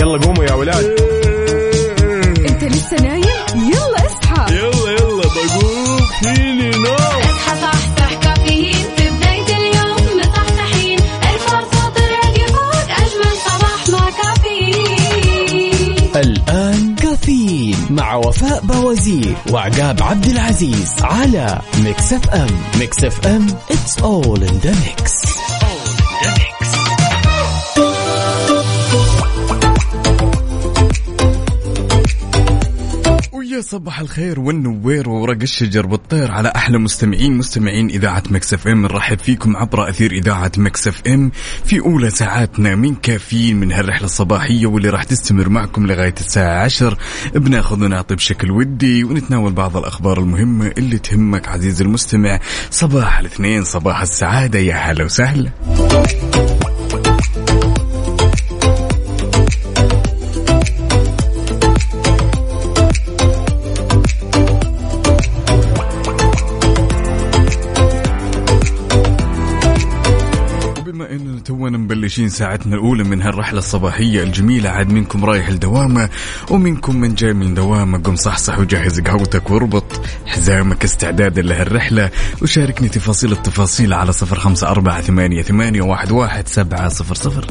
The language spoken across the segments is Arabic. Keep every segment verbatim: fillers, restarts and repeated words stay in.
يلا قوموا يا ولاد. انت لسه نايم؟ يلا اصحى. يلا يلا بقوم فيني نوم. اصحى صحصح كافيين في بداية اليوم مصحصحين. الفرصة الراديو فوق أجمل صباح مع كافيين. الآن كافيين مع وفاء بوازير وعقاب عبد العزيز على ميكس اف ام. ميكس اف ام it's all in the mix. ويا صباح الخير والنوير وورق الشجر بالطير على أحلى مستمعين مستمعين إذاعة ميكس اف ام. نرحب فيكم عبر أثير إذاعة ميكس اف ام في أولى ساعاتنا من كافيين من هالرحلة الصباحية واللي راح تستمر معكم لغاية الساعة عشر. بناخذ ونعطي بشكل ودي ونتناول بعض الأخبار المهمة اللي تهمك عزيزي المستمع. صباح الاثنين، صباح السعادة، يا هلا وسهلا. تونا مبلشين ساعتنا الأولى من هالرحلة الصباحية الجميلة. عاد منكم رايح الدوامة ومنكم من جاي من دوامة. قم صحصح وجهز قهوتك واربط حزامك استعدادا لهالرحلة وشاركني تفاصيل التفاصيل على صفر خمسة أربعة ثمانية ثمانية واحد واحد سبعة صفر صفر.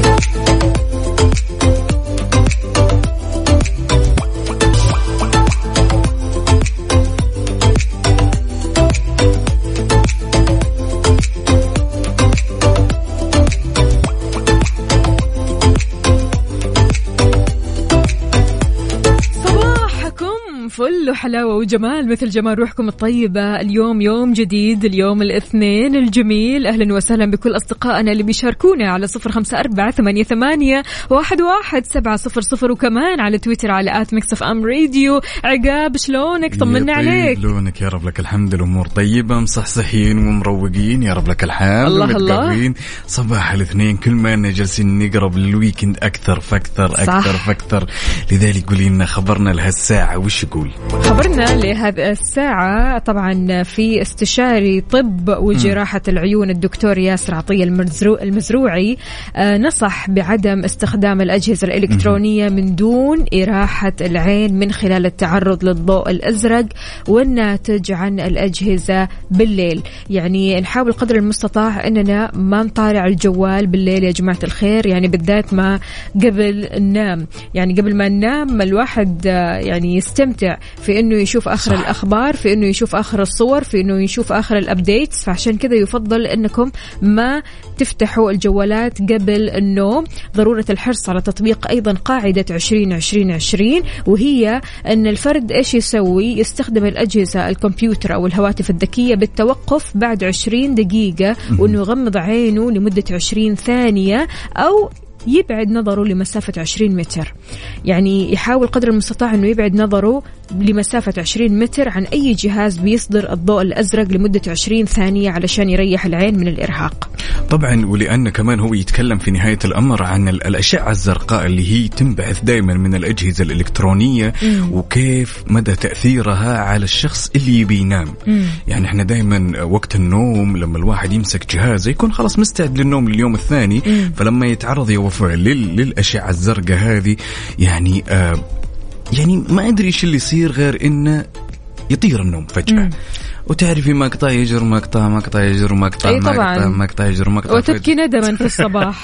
فل حلاوة وجمال مثل جمال روحكم الطيبة. اليوم يوم جديد، اليوم الاثنين الجميل. أهلا وسهلا بكل أصدقائنا اللي بيشاركونا على صفر خمسة أربعة ثمانية ثمانية واحد واحد سبعة صفر صفر، وكمان على تويتر على آت ميكس أف أم راديو. عقاب شلونك؟ طمنا عليك. لونك يا رب لك الحمد، الأمور طيبة، مصحصحين ومروقين يا رب لك الحمد. الله الله. صباح الاثنين كل ما أننا جالسين نقرب للويكند أكثر فأكثر أكثر فأكثر. لذلك قولي لنا خبرنا لهالساعة وش يقول؟ خبرنا لهذه الساعة طبعا في استشاري طب وجراحة العيون الدكتور ياسر عطية المزرو المزروعي آه نصح بعدم استخدام الأجهزة الإلكترونية من دون إراحة العين من خلال التعرض للضوء الأزرق والناتج عن الأجهزة بالليل. يعني نحاول قدر المستطاع أننا ما نطالع الجوال بالليل يا جماعة الخير، يعني بالذات ما قبل النوم. يعني قبل ما ننام الواحد آه يعني يستمتع في إنه يشوف آخر صح. الأخبار، في إنه يشوف آخر الصور، في إنه يشوف آخر الأبديتس. فعشان كذا يفضل إنكم ما تفتحوا الجوالات قبل النوم. ضرورة الحرص على تطبيق أيضا قاعدة عشرين عشرين عشرين، وهي أن الفرد إيش يسوي؟ يستخدم الأجهزة الكمبيوتر أو الهواتف الذكية بالتوقف بعد عشرين دقيقة، وإنه يغمض عينه لمدة عشرين ثانية أو يبعد نظره لمسافة عشرين متر. يعني يحاول قدر المستطاع أنه يبعد نظره لمسافة عشرين متر عن أي جهاز بيصدر الضوء الأزرق لمدة عشرين ثانية علشان يريح العين من الإرهاق. طبعا، ولأن كمان هو يتكلم في نهاية الأمر عن الأشعة الزرقاء اللي هي تنبعث دائما من الأجهزة الإلكترونية مم. وكيف مدى تأثيرها على الشخص اللي يبي ينام. مم. يعني احنا دائما وقت النوم لما الواحد يمسك جهازه يكون خلاص مستعد للنوم لليوم الثاني. مم. فلما يتعرض يوفر للأشعة الزرقاء هذه يعني آه يعني ما أدري إيش اللي يصير غير إنه يطير النوم فجأة. مم. وتعرفي مقطع يجر مقطع مقطع يجر مقطع مقطع مقطع يجر مقطع وتبكي ندما في الصباح.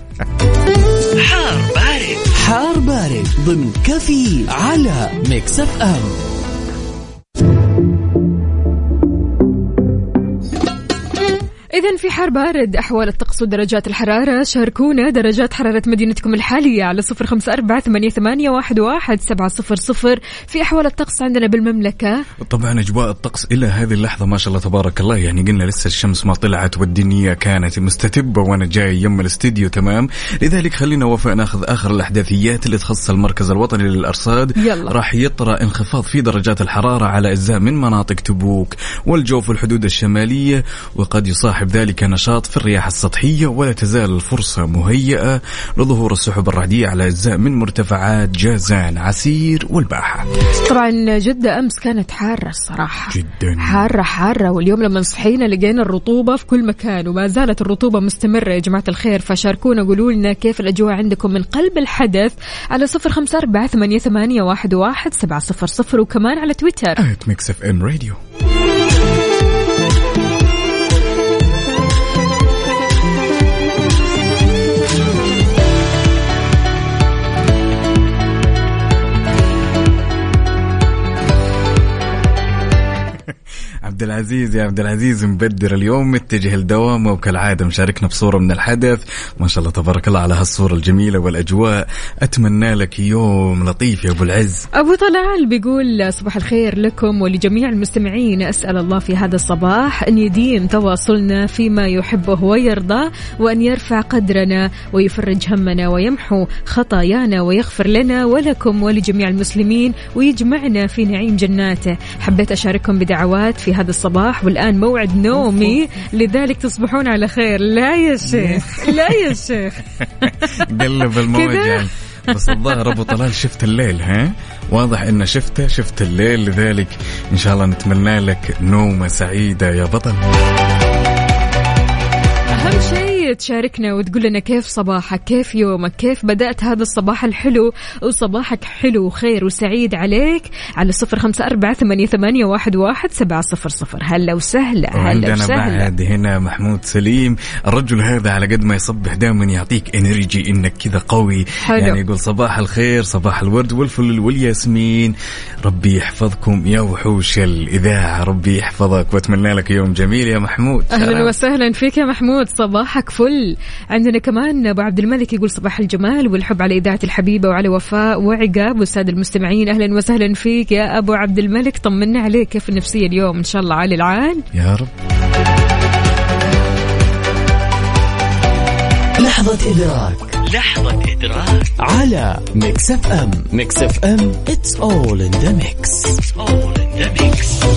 حار بارد حار بارد ضمن كافيين على ميكس اف ام. إذن في حار بارد، أحوال الطقس ودرجات الحرارة. شاركونا درجات حرارة مدينتكم الحالية على صفر خمسة أربعة ثمانية ثمانية واحد واحد سبعة صفر صفر. في أحوال الطقس عندنا بالمملكة. طبعا أجواء الطقس إلى هذه اللحظة ما شاء الله تبارك الله، يعني قلنا لسه الشمس ما طلعت والدنيا كانت مستتبة وأنا جاي يم الاستديو تمام. لذلك خلينا وفاء ناخذ آخر الأحداثيات اللي تخص المركز الوطني للأرصاد. يلا. راح يطرأ انخفاض في درجات الحرارة على أجزاء من مناطق تبوك والجوف والحدود الشمالية، وقد يصاحب يصاحب ذلك نشاط في الرياح السطحية، ولا تزال الفرصة مهيئة لظهور السحب الرعدية على أجزاء من مرتفعات جازان، عسير والباحة. طبعا جدة أمس كانت حارة الصراحة، جدا حارة حارة، واليوم لما صحينا لقينا الرطوبة في كل مكان، وما زالت الرطوبة مستمرة يا جماعة الخير. فشاركونا قولوا لنا كيف الأجواء عندكم من قلب الحدث على صفر خمسة أربعة ثمانية ثمانية واحد واحد سبعة صفر صفر، وكمان على تويتر آت ميكس اف ام راديو. عبد العزيز يا عبد العزيز مبدر اليوم، متجه لدوامه وكالعادة مشاركنا بصورة من الحدث. ما شاء الله تبارك الله على هالصورة الجميلة والأجواء. أتمنى لك يوم لطيف يا أبو العز. أبو طلال بيقول صباح الخير لكم ولجميع المستمعين، أسأل الله في هذا الصباح أن يديم تواصلنا فيما يحبه ويرضى، وأن يرفع قدرنا ويفرج همنا ويمحو خطايانا ويغفر لنا ولكم ولجميع المسلمين ويجمعنا في نعيم جناته. حبيت أشارككم بدعوات في هذا الصباح، والآن موعد نومي لذلك تصبحون على خير. لا يا شيخ لا يا شيخ قلب الموج يعني. بس الظاهر أبو طلال شفت الليل، ها واضح إن شفته شفت الليل، لذلك إن شاء الله نتمنى لك نومة سعيدة يا بطل. أهم شيء تشاركنا وتقول لنا كيف صباحك، كيف يومك، كيف بدأت هذا الصباح الحلو، وصباحك حلو وخير وسعيد عليك على صفر خمسة أربعة ثمانية ثمانية واحد واحد سبعة صفر صفر. هلا وسهلا هلا وسهلا. عندنا بعد هنا محمود سليم، الرجل هذا على قد ما يصبح دائما يعطيك انرجي انك كذا قوي. حلو. يعني يقول صباح الخير، صباح الورد والفل والياسمين، ربي يحفظكم يا وحوش الإذاعة، ربي يحفظك واتمنى لك يوم جميل يا محمود. أهلا وسهلا فيك يا محمود، صباحك فل. عندنا كمان أبو عبد الملك يقول صباح الجمال والحب على إذاعة الحبيبة وعلى وفاء وعقاب والسادة المستمعين. أهلا وسهلا فيك يا أبو عبد الملك، طمنا عليك كيف النفسية اليوم؟ إن شاء الله عالي العال يا رب. لحظة إدراك لحظة إدراك على ميكس اف ام. ميكس اف ام it's all in the mix. It's all in the mix.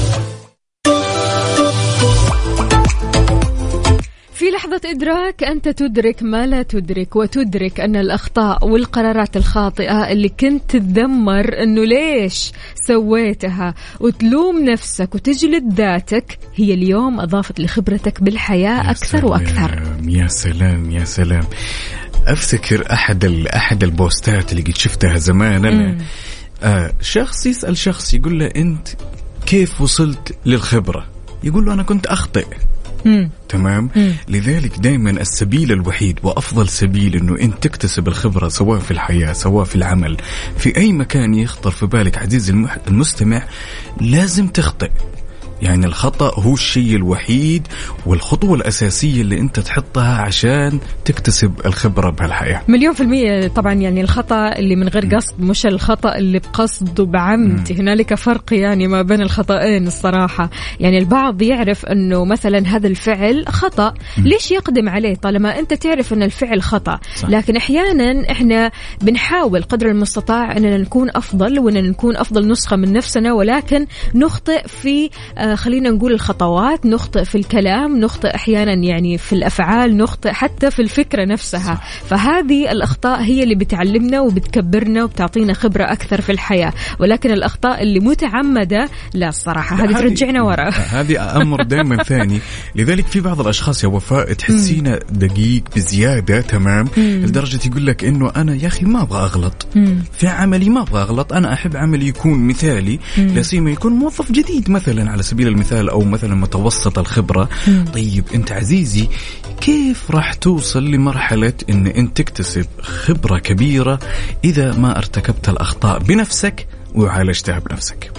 في لحظة إدراك أنت تدرك ما لا تدرك، وتدرك أن الأخطاء والقرارات الخاطئة اللي كنت تدمر أنه ليش سويتها وتلوم نفسك وتجلد ذاتك، هي اليوم أضافت لخبرتك بالحياة أكثر وأكثر. يا سلام يا سلام. أفتكر أحد أحد البوستات اللي قد شفتها زمان أنا، آه شخص يسأل شخص يقول له أنت كيف وصلت للخبرة؟ يقول له أنا كنت أخطئ. مم. تمام. مم. لذلك دائما السبيل الوحيد وأفضل سبيل أنه أنت تكتسب الخبرة سواء في الحياة سواء في العمل في أي مكان يخطر في بالك عزيزي المستمع، لازم تخطئ. يعني الخطأ هو الشيء الوحيد والخطوة الأساسية اللي أنت تحطها عشان تكتسب الخبرة بهالحياة. مليون في المية. طبعا يعني الخطأ اللي من غير قصد مش الخطأ اللي بقصد وبعمد، هنالك فرق يعني ما بين الخطأين الصراحة. يعني البعض يعرف أنه مثلا هذا الفعل خطأ، م. ليش يقدم عليه طالما أنت تعرف أن الفعل خطأ؟ صح. لكن أحيانا إحنا بنحاول قدر المستطاع أننا نكون أفضل وأننا نكون أفضل نسخة من نفسنا، ولكن نخطئ في خلينا نقول الخطوات، نخطئ في الكلام، نخطئ أحيانا يعني في الأفعال، نخطئ حتى في الفكرة نفسها. صح. فهذه الأخطاء هي اللي بتعلمنا وبتكبرنا وبتعطينا خبرة أكثر في الحياة، ولكن الأخطاء اللي متعمدة لا الصراحة هذه ترجعنا وراء. هذه أمر دائما ثاني. لذلك في بعض الأشخاص يا وفاء تحسينا دقيق بزيادة، تمام، لدرجة يقول لك إنه أنا يا أخي ما أبغى أغلط مم. في عملي، ما أبغى أغلط، أنا أحب عملي يكون مثالي، لا سيما يكون موظف جديد مثلا على سبيل المثال أو مثلا متوسط الخبرة. مم. طيب أنت عزيزي كيف راح توصل لمرحلة أن أنت تكتسب خبرة كبيرة إذا ما ارتكبت الأخطاء بنفسك وعالجتها بنفسك؟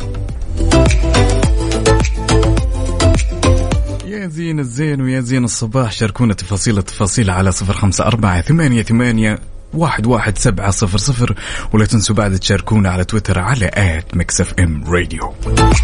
يا زين الزين ويا زين الصباح. شاركونا تفاصيل التفاصيل على صفر خمسة أربعة ثمانية ثمانية واحد واحد سبعة صفر صفر، ولا تنسوا بعد تشاركونا على تويتر على آت ميكس اف ام راديو.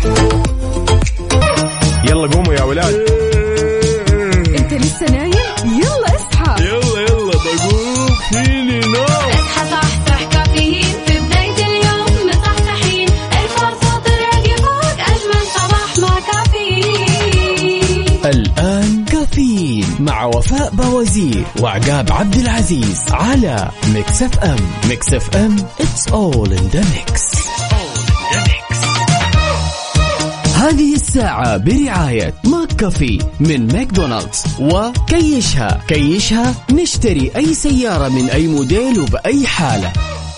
يلا قوموا يا ولاد. انت لسه نايم؟ يلا اصحى. يلا يلا بقوم فيني نوم. اصحى صحصح كافيين في بداية اليوم مصحصحين، الفرصة تراقي فوق أجمل صباح مع كافيين. الآن كافيين باوزير وعقاب عبد العزيز على ميكس اف ام. ميكس اف ام it's all in the mix. هذه الساعة برعاية ماك كافي من ماكدونالدز وكيشها. كيشها نشتري أي سيارة من أي موديل وبأي حالة.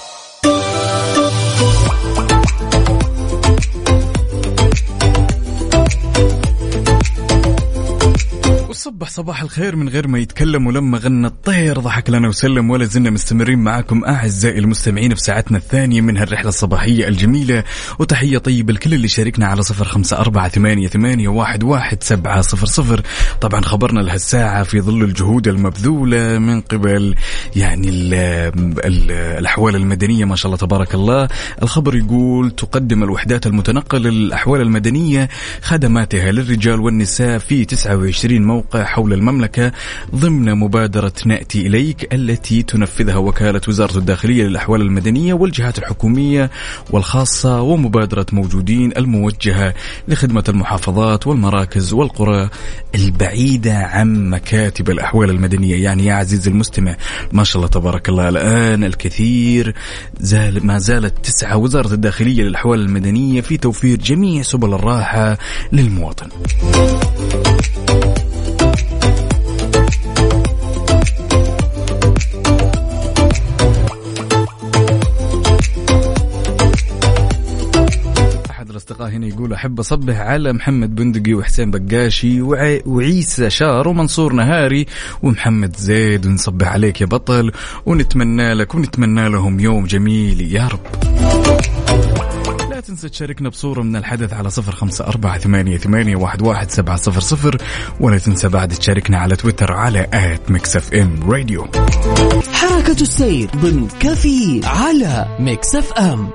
صبح صباح الخير من غير ما يتكلم، ولما غنى الطير ضحك لنا وسلم. ولا زلنا مستمرين معاكم أعزائي المستمعين في ساعتنا الثانية من هالرحلة الصباحية الجميلة. وتحية طيبة لكل اللي شاركنا على صفر خمسة أربعة ثمانية ثمانية واحد واحد سبعة صفر صفر. طبعا خبرنا لهالساعة في ظل الجهود المبذولة من قبل يعني ال ال الأحوال المدنية ما شاء الله تبارك الله. الخبر يقول تقدم الوحدات المتنقلة للأحوال المدنية خدماتها للرجال والنساء في تسعة وعشرين موقع حول المملكة ضمن مبادرة نأتي إليك التي تنفذها وكالة وزارة الداخلية للأحوال المدنية والجهات الحكومية والخاصة، ومبادرة موجودين الموجهة لخدمة المحافظات والمراكز والقرى البعيدة عن مكاتب الأحوال المدنية. يعني يا عزيز المستمع ما شاء الله تبارك الله الآن الكثير زال ما زالت تسعى وزارة الداخلية للأحوال المدنية في توفير جميع سبل الراحة للمواطن. الأصدقاء هنا يقول أحب أصبح على محمد بندقي وحسين بقاشي وع... وعيسى شار ومنصور نهاري ومحمد زيد، ونصبح عليك يا بطل ونتمنى لك ونتمنى لهم يوم جميل يا رب. لا تنسى تشاركنا بصورة من الحدث على صفر خمسة أربعة ثمانية ثمانية واحد واحد سبعة صفر صفر، ولا تنسى بعد تشاركنا على تويتر على آت ميكس اف ام راديو. حركة السير ضمن كافيين على ميكس اف ام.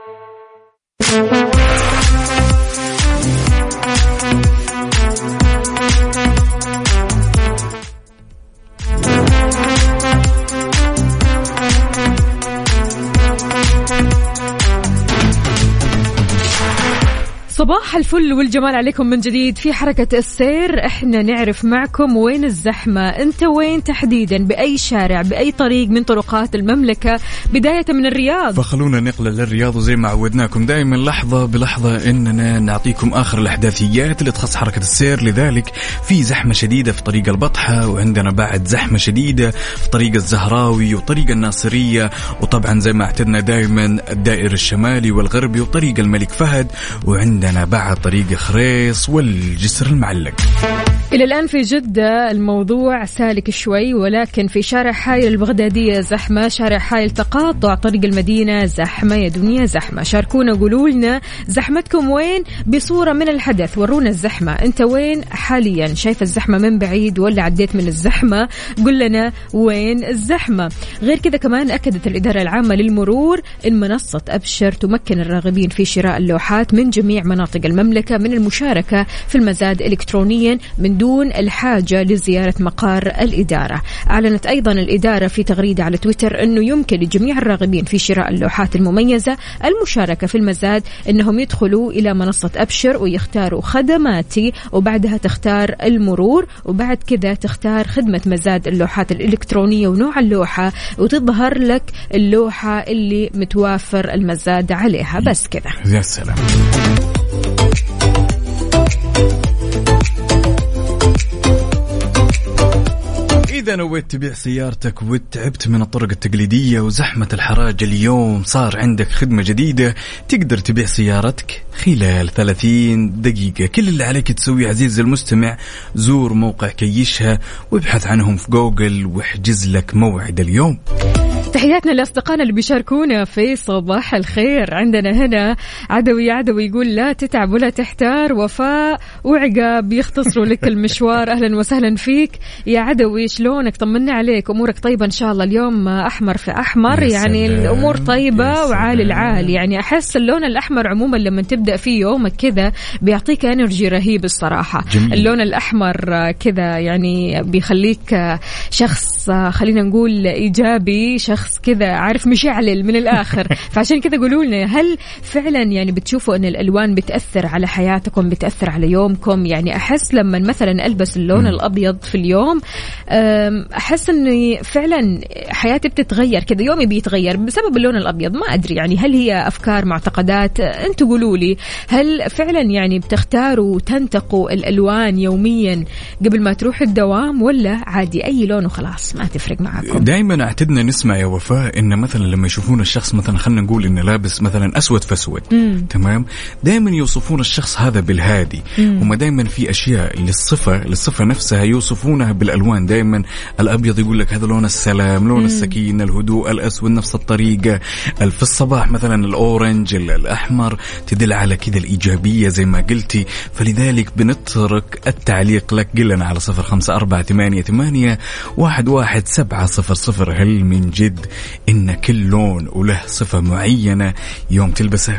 صباح الفل والجمال عليكم من جديد في حركة السير. احنا نعرف معكم وين الزحمة، انت وين تحديدا، بأي شارع، بأي طريق من طرقات المملكة، بداية من الرياض. فخلونا نقلة للرياض، وزي ما عودناكم دائما لحظة بلحظة اننا نعطيكم اخر الاحداثيات اللي تخص حركة السير. لذلك في زحمة شديدة في طريق البطحة، وعندنا بعد زحمة شديدة في طريق الزهراوي وطريق الناصرية، وطبعا زي ما اعتدنا دائما الدائر الشمالي والغربي وطريق الملك فهد، وعندنا أنا بعد طريق خريص والجسر المعلق. إلى الآن في جدة الموضوع سالك شوي، ولكن في شارع حائل البغدادية زحمة، شارع حائل تقاطع طريق المدينة زحمة يا دنيا زحمة. شاركونا قولوا لنا زحمتكم وين بصورة من الحدث، ورونا الزحمة، أنت وين حاليا، شايف الزحمة من بعيد ولا عديت من الزحمة؟ قل لنا وين الزحمة. غير كذا كمان أكدت الإدارة العامة للمرور إن منصة أبشر تمكن الراغبين في شراء اللوحات من جميع مناطق المملكة من المشاركة في المزاد إلكترونيا من دون الحاجة لزيارة مقر الإدارة. أعلنت أيضا الإدارة في تغريدة على تويتر أنه يمكن لجميع الراغبين في شراء اللوحات المميزة المشاركة في المزاد أنهم يدخلوا إلى منصة أبشر ويختاروا خدماتي، وبعدها تختار المرور، وبعد كذا تختار خدمة مزاد اللوحات الإلكترونية ونوع اللوحة، وتظهر لك اللوحة اللي متوافر المزاد عليها. بس كذا. يا سلام. إذا نويت تبيع سيارتك وتعبت من الطرق التقليدية وزحمة الحراج، اليوم صار عندك خدمة جديدة، تقدر تبيع سيارتك خلال ثلاثين دقيقة. كل اللي عليك تسوي عزيزي المستمع زور موقع كيشها وابحث عنهم في جوجل واحجز لك موعد اليوم. تحياتنا لأصدقائنا اللي بيشاركونا في صباح الخير. عندنا هنا عدوي عدوي يقول لا تتعب ولا تحتار، وفاء وعقاب يختصروا لك المشوار. أهلا وسهلا فيك يا عدوي، شلونك؟ طمنا عليك، أمورك طيبة إن شاء الله؟ اليوم أحمر في أحمر، يعني الأمور طيبة وعالي العال. يعني أحس اللون الأحمر عموما لما تبدأ فيه يومك كذا بيعطيك انرجي رهيب الصراحة. جميل. اللون الأحمر كذا يعني بيخليك شخص شخص خلينا نقول إيجابي، شخص كذا عارف مشعلل من الآخر. فعشان كذا قولوا لنا، هل فعلا يعني بتشوفوا أن الألوان بتأثر على حياتكم، بتأثر على يومكم؟ يعني أحس لما مثلا ألبس اللون الأبيض في اليوم أحس أني فعلا حياتي بتتغير كذا، يومي بيتغير بسبب اللون الأبيض. ما أدري يعني هل هي أفكار، معتقدات؟ أنتوا قولوا لي، هل فعلا يعني بتختاروا تنتقوا الألوان يوميا قبل ما تروح الدوام، ولا عادي أي لون وخلاص ما تفرق معكم؟ دائما اعتدنا نسمع يا وفاء إن مثلا لما يشوفون الشخص مثلا خلنا نقول إنه لابس مثلا أسود فأسود، تمام، دائما يوصفون الشخص هذا بالهادي. هم دائما في أشياء للصفة للصفة نفسها يوصفونها بالألوان. دائما الأبيض يقول لك هذا لون السلام، لون السكينة، الهدوء. الأسود نفس الطريقة. في الصباح مثلا الأورنج، الأحمر تدل على كذا الإيجابية زي ما قلتي. فلذلك بنترك التعليق لك، قلنا على صفر خمسة أربعة ثمانية ثمانية واحد واحد سبعة صفر صفر. هل من جد إن كل لون وله صفة معينة يوم تلبسه؟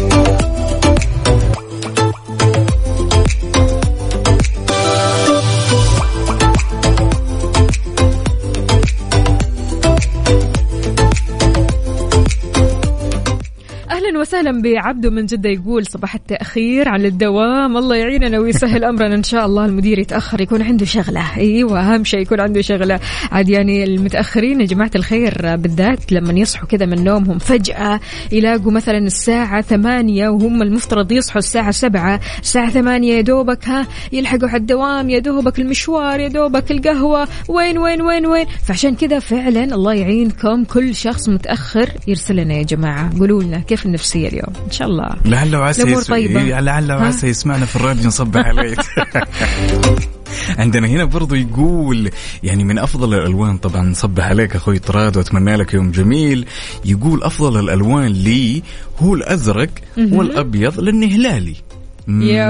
وسهلا بعبده من جدة، يقول صباح التأخير على الدوام، الله يعيننا ويسهل أمرنا إن شاء الله. المدير يتأخر يكون عنده شغلة، أيوة أهم شيء يكون عنده شغلة. عاد يعني المتأخرين يا جماعة الخير بالذات لما يصحوا كذا من نومهم فجأة يلاقوا مثلا الساعة ثمانية وهم المفترض يصحوا الساعة سبعة، الساعة ثمانية يا دوبك ها يلحقوا على الدوام، يا دوبك المشوار، يا دوبك القهوة، وين وين وين وين. فعشان كذا فعلا الله يعينكم، كل شخص متأخر يرسل لنا يا جماعة، قولوا لنا كيف النفسية اليوم إن شاء الله. لعل وعسى الأمور طيبة، لعل وعسى يسمعنا في الراديو نصبح عليه. عندنا هنا برضو يقول يعني من أفضل الألوان، طبعا نصبح عليك أخوي طراد وأتمنى لك يوم جميل. يقول أفضل الألوان لي هو الأزرق والأبيض لأنه هلالي. يا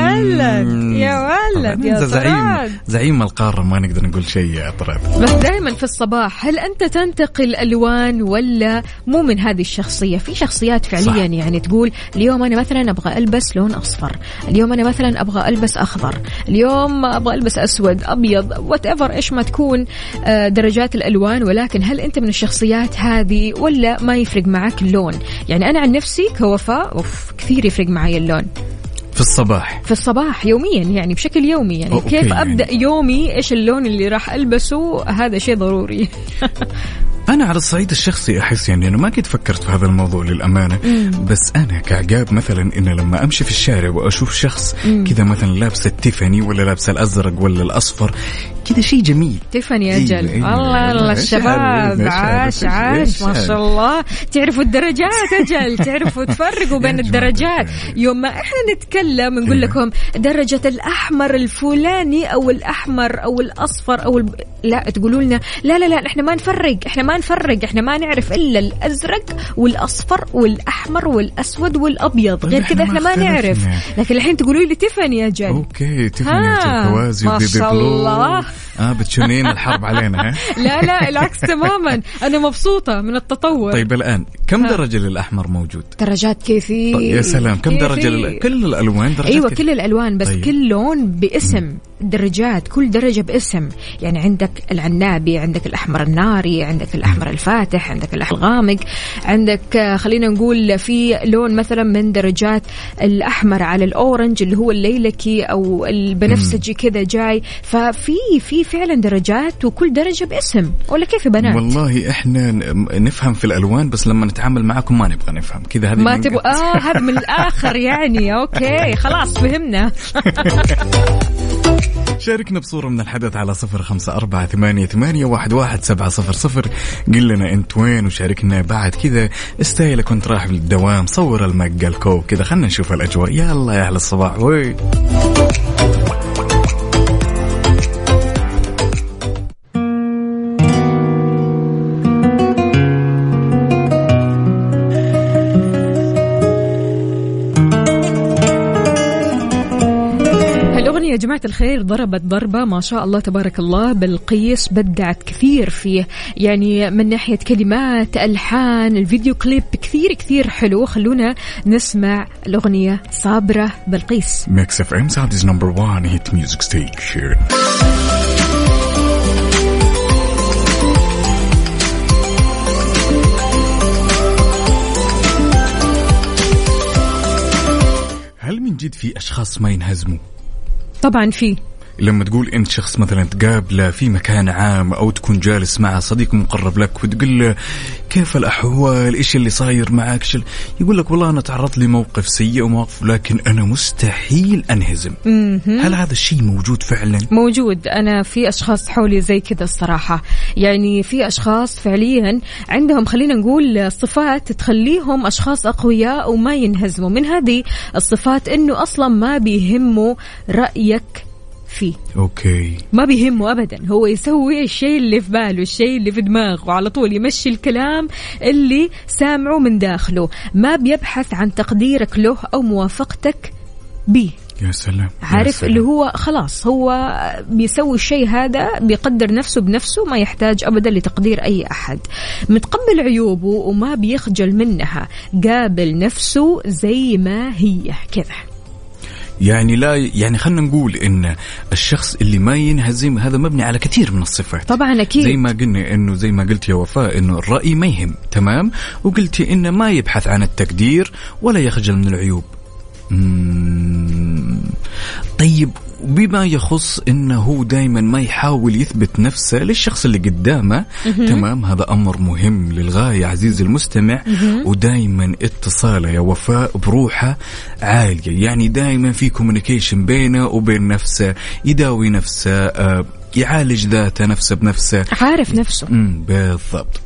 ولد يا ولد يا زعيم زعيم القارة، ما نقدر نقول شيء يا طراد. بس دائما في الصباح هل أنت تنتقي الألوان ولا مو من هذه الشخصية؟ في شخصيات فعليا صح. يعني تقول اليوم أنا مثلا أبغى ألبس لون أصفر، اليوم أنا مثلا أبغى ألبس أخضر، اليوم أبغى ألبس أسود أبيض whatever إيش ما تكون درجات الألوان. ولكن هل أنت من الشخصيات هذه ولا ما يفرق معك اللون؟ يعني أنا عن نفسي كوفاء أوف كثير يفرق معي اللون في الصباح في الصباح يوميا، يعني بشكل يومي، يعني أوكي. كيف أبدأ يومي، إيش اللون اللي راح ألبسه، هذا شيء ضروري. أنا على الصعيد الشخصي أحس يعني أنا ما كنت فكرت في هذا الموضوع للأمانة، مم. بس أنا كعقاب مثلا إن لما أمشي في الشارع وأشوف شخص كذا مثلا لابس التيفاني ولا لابس الأزرق ولا الأصفر، كذا شيء جميل. تيفاني يا جل، الله الله الشباب عاش عاش ما شاء الله، تعرفوا الدرجات أجل، تعرفوا تفرقوا بين الدرجات. يوم ما إحنا نتكلم نقول لكم درجة الأحمر الفلاني أو الأحمر أو الأصفر أو الب... لا تقولوا لنا لا لا لا إحنا ما نفرق، إحنا ما نفرق، إحنا ما نعرف إلا الأزرق والأصفر والأحمر والأسود والأبيض، غير كذا إحنا ما نعرف. لكن الحين تقولوا لي تيفاني يا جل. أوكي تيفاني الكوازي ما شاء الله. آه بتشونين الحرب علينا ها؟ لا لا العكس تماما، أنا مبسوطة من التطور. طيب الآن كم ها. درجة للأحمر موجود؟ درجات كثير. طيب يا سلام، كم كيفي. درجة لل... كل الألوان درجات؟ أيوة كيف؟ كل الألوان، بس طيب. كل لون باسم درجات، كل درجة باسم. يعني عندك العنابي، عندك الأحمر الناري، عندك الأحمر الفاتح، عندك الأحمر الغامق، عندك خلينا نقول في لون مثلا من درجات الأحمر على الأورنج اللي هو الليلكي أو البنفسجي كذا جاي. ففي في فعلا درجات وكل درجة باسم، ولا كيف بنات؟ والله إحنا نفهم في الألوان، بس لما نتعامل معكم ما نبغى نفهم كذا. هذه ما تبغى آه هذا من الآخر يعني. أوكي خلاص فهمنا. شاركنا بصورة من الحدث على صفر خمسة أربعة ثمانية ثمانية واحد واحد سبعة صفر صفر. قل لنا أنت وين، وشاركنا بعد كذا استايلة كنت رايح بالدوام، صور المقة الكوب كذا، خلنا نشوف الأجواء. يا الله يا أهل الصباح وي. يا جماعة الخير ضربت ضربة ما شاء الله تبارك الله. بلقيس بدعت كثير فيه، يعني من ناحية كلمات، ألحان، الفيديو كليب كثير كثير حلو. خلونا نسمع الأغنية صابرة بلقيس. ميكس اف ام سعوديز نمبر وان هيت ميوزك ستيشن. واجد في أشخاص ما ينهزموا. طبعا في، لما تقول أنت شخص مثلا تقابله في مكان عام أو تكون جالس مع صديق مقرب لك وتقول له كيف الأحوال، إيش اللي صاير معك، شل... يقول لك والله أنا تعرضت لي موقف سيء وموقف لكن أنا مستحيل أنهزم. هل هذا الشيء موجود فعلا؟ موجود. أنا في أشخاص حولي زي كذا الصراحة، يعني في أشخاص فعليا عندهم خلينا نقول صفات تخليهم أشخاص أقوياء وما ينهزموا. من هذه الصفات إنه أصلا ما بيهمه رأيك فيه. أوكي. ما بيهمه أبدا، هو يسوي الشيء اللي في باله، الشيء اللي في دماغه، على طول يمشي الكلام اللي سامعه من داخله، ما بيبحث عن تقديرك له أو موافقتك به. يا سلام. عارف يا سلام. اللي هو خلاص هو بيسوي الشيء هذا، بيقدر نفسه بنفسه، ما يحتاج أبدا لتقدير أي أحد، متقبل عيوبه وما بيخجل منها، قابل نفسه زي ما هي كذا. يعني لا يعني خلنا نقول إن الشخص اللي ما ينهزم هذا مبني على كثير من الصفات. طبعا أكيد. زي ما قلنا إنه زي ما قلت يا وفاء إنه الرأي ما يهم، تمام، وقلتي إنه ما يبحث عن التقدير ولا يخجل من العيوب. مم. طيب بما يخص إنه هو دايما ما يحاول يثبت نفسه للشخص اللي قدامه، تمام، هذا أمر مهم للغاية عزيزي المستمع. ودايما اتصاله يا وفاء بروحه عالية، يعني دايما في كوميونيكيشن بينه وبين نفسه، يداوي نفسه، آه يعالج ذاته نفسه بنفسه، عارف نفسه. مم. بالضبط.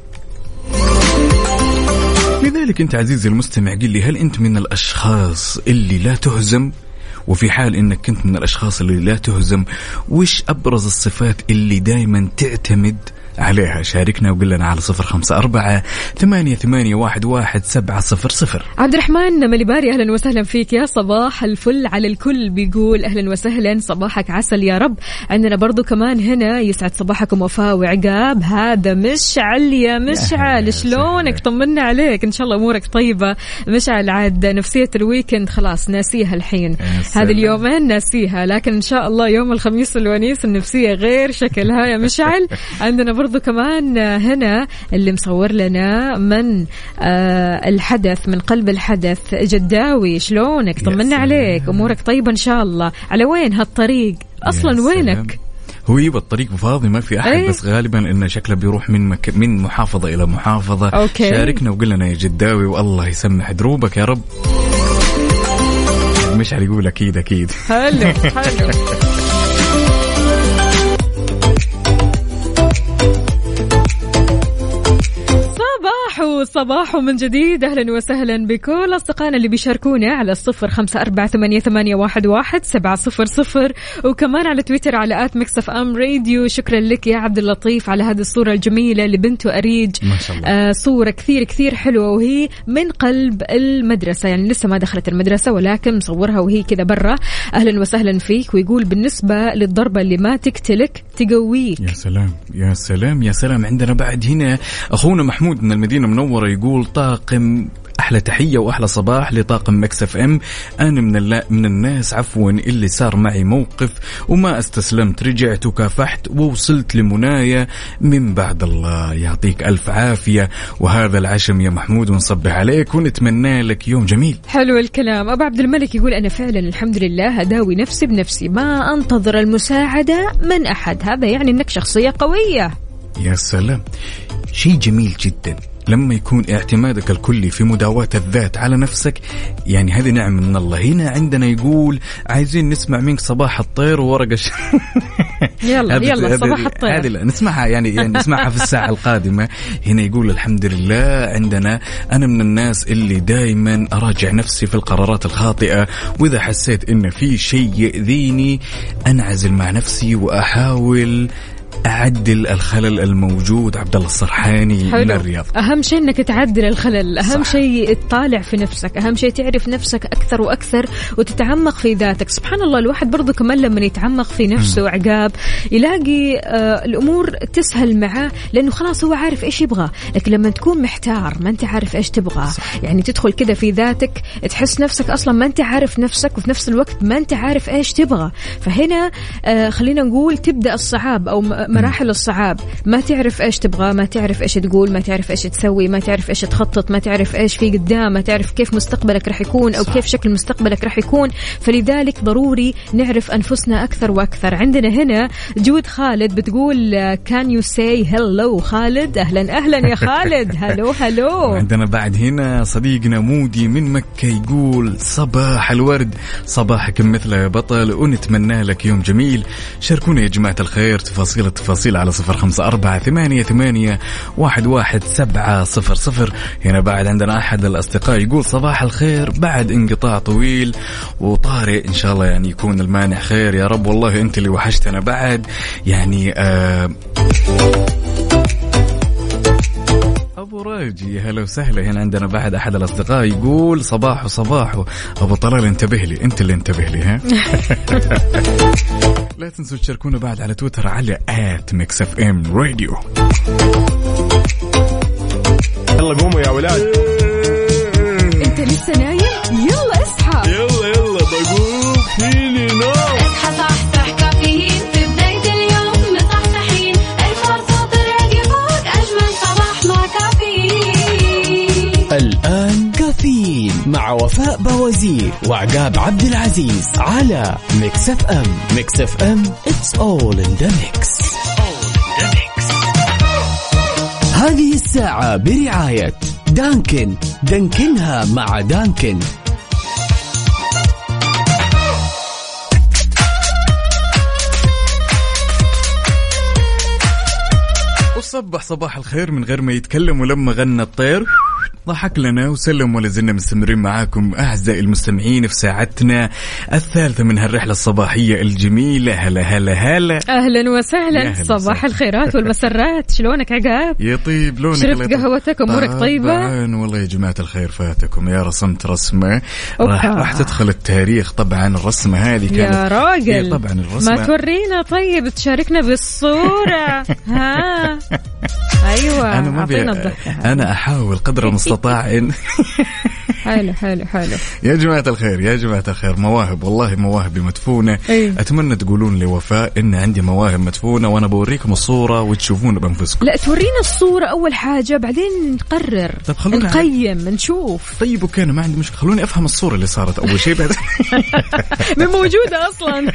لذلك أنت عزيزي المستمع قل لي، هل أنت من الأشخاص اللي لا تهزم؟ وفي حال إنك كنت من الأشخاص اللي لا تهزم، وش أبرز الصفات اللي دايما تعتمد عليها؟ شاركنا وقل لنا على صفر خمسة أربعة ثمانية ثمانية واحد واحد سبعة صفر صفر. عبد الرحمن مليباري أهلا وسهلا فيك، يا صباح الفل على الكل، بيقول أهلا وسهلا صباحك عسل يا رب. عندنا برضو كمان هنا يسعد صباحكم وفاء وعقاب، هذا مشعل يا مشعل، شلونك؟ طمنا عليك، إن شاء الله أمورك طيبة. مشعل عاد نفسية الويكند خلاص ناسيها الحين، هذه اليومين ناسيها، لكن إن شاء الله يوم الخميس الونيس النفسية غير شكلها يا مشعل. عندنا برضو كمان هنا اللي مصور لنا من آه الحدث، من قلب الحدث، جداوي، شلونك؟ طمنا عليك، أمورك طيبة إن شاء الله. على وين هالطريق أصلا؟ وينك؟ هو يبقى الطريق فاضي ما في أحد، أيه؟ بس غالبا إنه شكله بيروح من مك... من محافظة إلى محافظة. أوكي. شاركنا وقل لنا يا جداوي، والله يسمح دروبك يا رب. مش على يقول أكيد أكيد. حلو حلو. صباح من جديد، أهلا وسهلا بكل أصدقائنا اللي بيشاركونا على الصفر خمسة أربعة ثمانية ثمانية واحد واحد سبعة صفر صفر، وكمان على تويتر على آت ميكس أف أم راديو. شكرا لك يا عبد اللطيف على هذه الصورة الجميلة لبنته أريج، ما شاء الله. آه صورة كثير كثير حلوة، وهي من قلب المدرسة، يعني لسه ما دخلت المدرسة ولكن مصورها وهي كذا برا. أهلا وسهلا فيك. ويقول بالنسبة للضربة اللي ما تقتلك تقويك. يا سلام يا سلام يا سلام. عندنا بعد هنا أخونا محمود من المدينة منورة، يقول طاقم أحلى تحية وأحلى صباح لطاقم ميكس اف ام. أنا من, الل... من الناس عفوا اللي صار معي موقف وما استسلمت، رجعت وكافحت ووصلت لمنايا من بعد الله. يعطيك ألف عافية، وهذا العشم يا محمود، ونصبح عليك ونتمنى لك يوم جميل. حلو الكلام. أبو عبد الملك يقول أنا فعلا الحمد لله أداوي نفسي بنفسي، ما أنتظر المساعدة من أحد، هذا يعني أنك شخصية قوية. يا سلام، شيء جميل جدا لما يكون اعتمادك الكلي في مداواة الذات على نفسك، يعني هذه نعمة من الله. هنا عندنا يقول عايزين نسمع منك صباح الطير وورقة ش... يلا يلا صباح الطير، هذه نسمعها يعني, يعني نسمعها في الساعة القادمة. هنا يقول الحمد لله عندنا أنا من الناس اللي دايما أراجع نفسي في القرارات الخاطئة، وإذا حسيت إن في شيء يؤذيني أنعزل مع نفسي وأحاول أعدل الخلل الموجود. عبد الله الصرحاني حلو. من الرياض. أهم شيء إنك تعدل الخلل، أهم صح. شيء تطالع في نفسك، أهم شيء تعرف نفسك أكثر وأكثر وتتعمق في ذاتك. سبحان الله، الواحد برضو كمان لما يتعمق في نفسه وعقاب يلاقي آه الأمور تسهل معه، لأنه خلاص هو عارف إيش يبغى. لكن لما تكون محتار ما أنت عارف إيش تبغى، صح. يعني تدخل كده في ذاتك تحس نفسك أصلا ما أنت عارف نفسك، وفي نفس الوقت ما أنت عارف إيش تبغى. فهنا آه خلينا نقول تبدأ الصعاب أو مراحل الصعاب، ما تعرف إيش تبغى، ما تعرف إيش تقول، ما تعرف إيش تسوي، ما تعرف إيش تخطط، ما تعرف إيش في قدام، ما تعرف كيف مستقبلك رح يكون أو صح. كيف شكل مستقبلك رح يكون. فلذلك ضروري نعرف أنفسنا أكثر وأكثر. عندنا هنا جود خالد بتقول can you say hello خالد؟ أهلا أهلا يا خالد. هلو هلو. عندنا بعد هنا صديقنا مودي من مكة يقول صباح الورد، صباحك مثله يا بطل ونتمنى لك يوم جميل. شاركونا يا جماعة الخير تفاصيل التفاصيل على صفر خمسة أربعة ثمانية ثمانية واحد واحد سبعة صفر صفر. هنا بعد عندنا أحد الأصدقاء يقول صباح الخير بعد انقطاع طويل وطارئ، إن شاء الله يعني يكون المانع خير يا رب. والله أنت اللي وحشتنا بعد يعني آه أبو راجي هلا وسهلا. هنا عندنا بعد أحد الأصدقاء يقول صباح صباح أبو طلال انتبه لي، أنت اللي انتبه لي ها. لا تنسوا تشاركونا بعد على تويتر على آت ميكس اف ام راديو. يلا قوموا يا ولاد. أنت لسه نايم؟ يلا اصحى. يلا يلا بقوم فيني نوم. اصحى صحصح كافيين في بداية اليوم مصحصحين، الفرصة تراك فوق أجمل صباح مع كافيين. الآن كافيين مع وفاء بوازير وعقاب عبد العزيز على ميكس اف ام. ميكس اف ام it's all in the mix. هذه الساعة برعاية دانكن، دانكنها مع دانكن. وصبح صباح الخير من غير ما يتكلم، ولما غنى الطير ضحك لنا وسلم. ولا زلنا مستمرين معاكم أعزائي المستمعين في ساعتنا الثالثة من هالرحلة الصباحية الجميلة. هلا هلا هلا أهلا وسهلا. صباح الخيرات والمسرات. شلونك عقاب؟ يطيب لونك. شربت قهوتك أمورك طيبة؟ طبعا والله يا جماعة الخير فاتكم يا رسمت رسمة راح راح تدخل التاريخ. طبعا الرسمة هذه كانت يا راجل طبعا الرسمة ما تورينا طيب تشاركنا بالصورة. ها أيوة أنا ما بي... أنا أحاول قدر المستطاع إن حلو حلو حلو. يا جماعة الخير يا جماعة الخير مواهب، والله مواهبي مدفونة. أيه. أتمنى تقولون لي وفاء إن عندي مواهب مدفونة وأنا بوريكم الصورة وتشوفون بأنفسكم. لا تورينا الصورة أول حاجة بعدين نقرر. طب خلونا نقيم ع... نشوف. طيب وكان ما عندي مشكلة، خلوني أفهم الصورة اللي صارت أول شيء بعد من موجودة أصلا.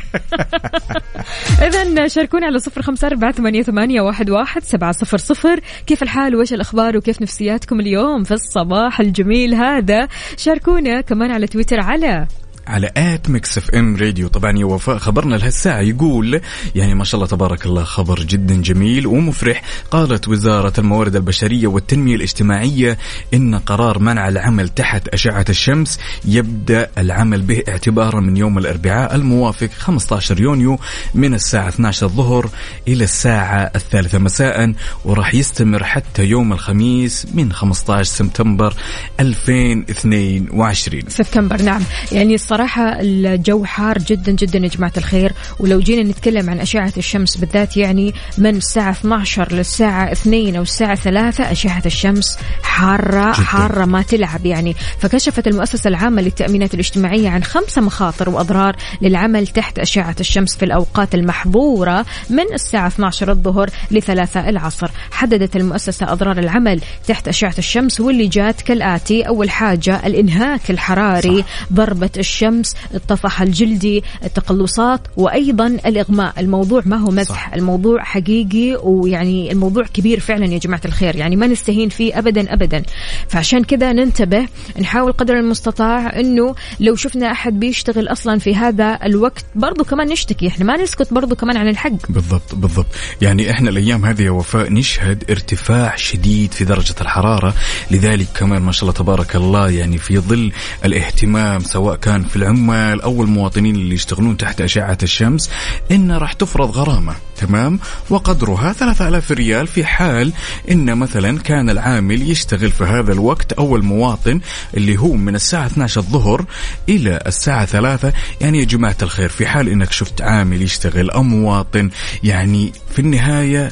إذن شاركونا على صفر خمسة أربعة ثمانية ثمانية واحد واحد سبعة صفر صفر. كيف الحال وإيش الأخبار وكيف نفسياتكم اليوم في الصباح الجميل هذا؟ شاركونا كمان على تويتر على على آت ميكس اف ام راديو. طبعا يا وفاء خبرنا لهالساعة يقول يعني ما شاء الله تبارك الله خبر جدا جميل ومفرح. قالت وزارة الموارد البشرية والتنمية الاجتماعية إن قرار منع العمل تحت أشعة الشمس يبدأ العمل به اعتبارا من يوم الأربعاء الموافق خمسة عشر يونيو من الساعة اثنتي عشرة الظهر إلى الساعة الثالثة مساء، وراح يستمر حتى يوم الخميس من خمسة عشر سبتمبر ألفين واثنين وعشرين. سبتمبر نعم. يعني صراحة الجو حار جدا جدا يا جماعة الخير، ولو جينا نتكلم عن أشعة الشمس بالذات يعني من الساعة اثنتي عشرة للساعة اثنين أو الساعة ثلاثة أشعة الشمس حارة حارة ما تلعب يعني. فكشفت المؤسسة العامة للتأمينات الاجتماعية عن خمسة مخاطر وأضرار للعمل تحت أشعة الشمس في الأوقات المحظورة من الساعة اثنتي عشرة الظهر لثلاثة العصر. حددت المؤسسة أضرار العمل تحت أشعة الشمس واللي جات كالآتي. أول حاجة الإنهاك الحراري، صح. ضربة الشمس، الطفح الجلدي، التقلصات، وأيضا الإغماء. الموضوع ما هو مزح، صح. الموضوع حقيقي ويعني الموضوع كبير فعلا يا جماعة الخير، يعني ما نستهين فيه أبدا أبدا. فعشان كذا ننتبه، نحاول قدر المستطاع أنه لو شفنا أحد بيشتغل أصلا في هذا الوقت برضو كمان نشتكي، إحنا ما نسكت برضو كمان عن الحق. بالضبط بالضبط. يعني إحنا الأيام هذه يا وفاء نشهد ارتفاع شديد في درجة الحرارة، لذلك كمان ما شاء الله تبارك الله يعني في ظل الاهتمام سواء كان في العمال أو المواطنين اللي يشتغلون تحت أشعة الشمس إن راح تفرض غرامة، تمام، وقدرها ثلاثة آلاف ريال في حال إن مثلا كان العامل يشتغل في هذا الوقت أو المواطن اللي هو من الساعة اثنتي عشرة الظهر إلى الساعة ثلاثة. يعني يا جماعة الخير في حال إنك شفت عامل يشتغل أو مواطن، يعني في النهاية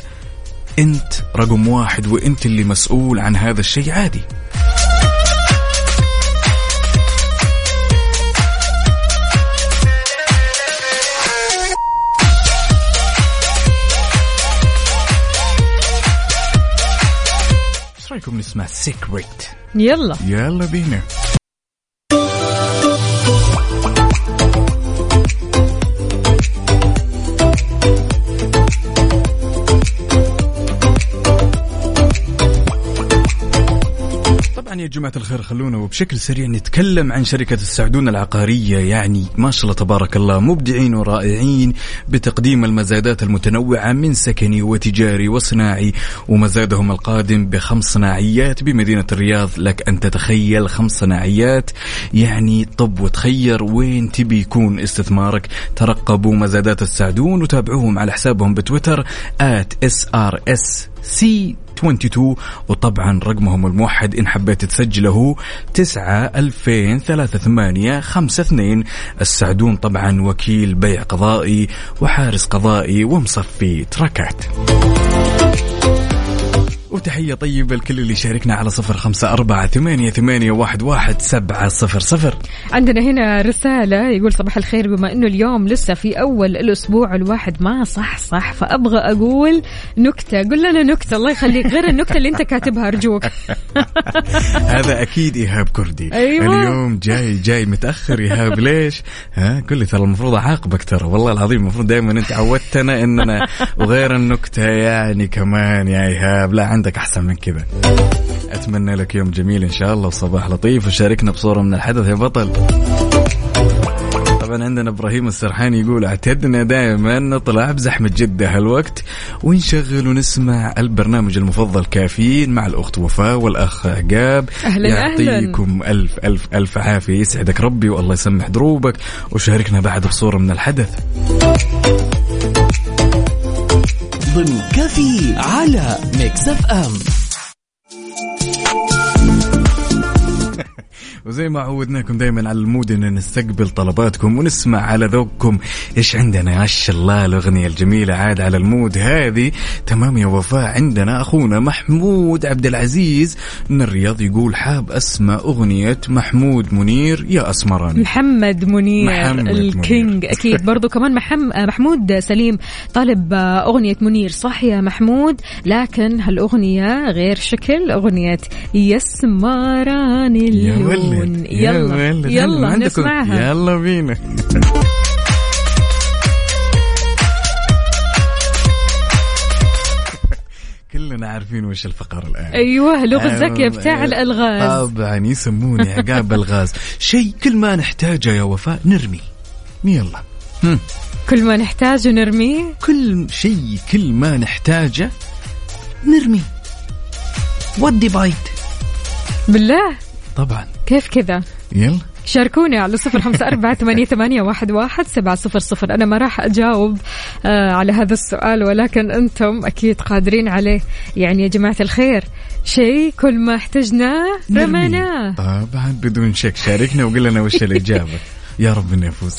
أنت رقم واحد وأنت اللي مسؤول عن هذا الشيء عادي. ونسمع سيكريت. يلا يلا بينا. يا جماعة الخير، خلونا وبشكل سريع نتكلم عن شركة السعدون العقارية. يعني ما شاء الله تبارك الله، مبدعين ورائعين بتقديم المزادات المتنوعة من سكني وتجاري وصناعي، ومزادهم القادم بخمس صناعيات بمدينة الرياض. لك أن تتخيل خمس صناعيات، يعني طب وتخير وين تبي يكون استثمارك. ترقبوا مزادات السعدون وتابعوهم على حسابهم بتويتر آت إس آر إس سي اثنين وعشرين، وطبعا رقمهم الموحد إن حبيت تسجله تسعة ألفين ثلاثة ثمانية خمسة اثنين. السعدون طبعا وكيل بيع قضائي وحارس قضائي ومصفي تركات. وتحية طيبة الكل اللي شاركنا على صفر خمسة أربعة ثمانية ثمانية واحد واحد سبعة صفر صفر. عندنا هنا رسالة يقول صباح الخير، بما أنه اليوم لسه في أول الأسبوع الواحد ما صح صح فأبغى أقول نكتة. قل لنا نكتة الله يخليك غير النكتة اللي أنت كاتبها أرجوك. هذا أكيد إيهاب كردي. أيوة. اليوم جاي جاي متأخر إيهاب ليش؟ ها قل لي ترى المفروض أعاقبك، ترى والله العظيم المفروض دائما أنت عودتنا إننا وغير النكتة يعني كمان يا إيهاب، لا عندك أحسن من كذا. أتمنى لك يوم جميل إن شاء الله وصباح لطيف، وشاركنا بصورة من الحدث يا بطل. طبعا عندنا إبراهيم السرحاني يقول اعتدنا دائما نطلع بزحمة جدة هالوقت ونشغل ونسمع البرنامج المفضل كافيين مع الأخت وفاء والأخ عقاب. أهلا يعطيكم أهلا. ألف ألف ألف عافية، يسعدك ربي والله يسمح دروبك، وشاركنا بعد بصورة من الحدث. ضمن كافي على ميكس اف ام. وزي ما عودناكم دايما على المود ان نستقبل طلباتكم ونسمع على ذوقكم ايش عندنا. ما شاء الله الاغنيه الجميله عاد على المود هذه. تمام يا وفاء. عندنا اخونا محمود عبد العزيز من الرياض يقول حاب اسمع اغنيه محمود منير يا اسمراني. محمد منير محمد الكينج منير. اكيد. برضو كمان محم... محمود سليم طالب اغنيه منير. صح يا محمود، لكن هالاغنيه غير شكل اغنيه يسمراني اللون. يلا يلا, يلا نسمعها. يلا بينا. كلنا عارفين وش الفقرة الآن. أيوة لغة زكية بتاع الألغاز. طبعا يسموني عقاب الغاز. شيء كل ما نحتاجه يا وفاء نرمي. يلا هم. كل ما نحتاجه نرميه. كل شيء كل ما نحتاجه نرمي. ودي بايت. بالله طبعا. كيف كذا؟ يلا شاركوني على صفر خمسة أربعة ثمانية ثمانية واحد واحد سبعة صفر صفر. أنا ما راح أجاوب آه على هذا السؤال، ولكن أنتم أكيد قادرين عليه. يعني يا جماعة الخير شيء كل ما احتجناه رميناه. طبعا بدون شك. شاركنا وقل لنا وش الإجابة. يا رب نفوز.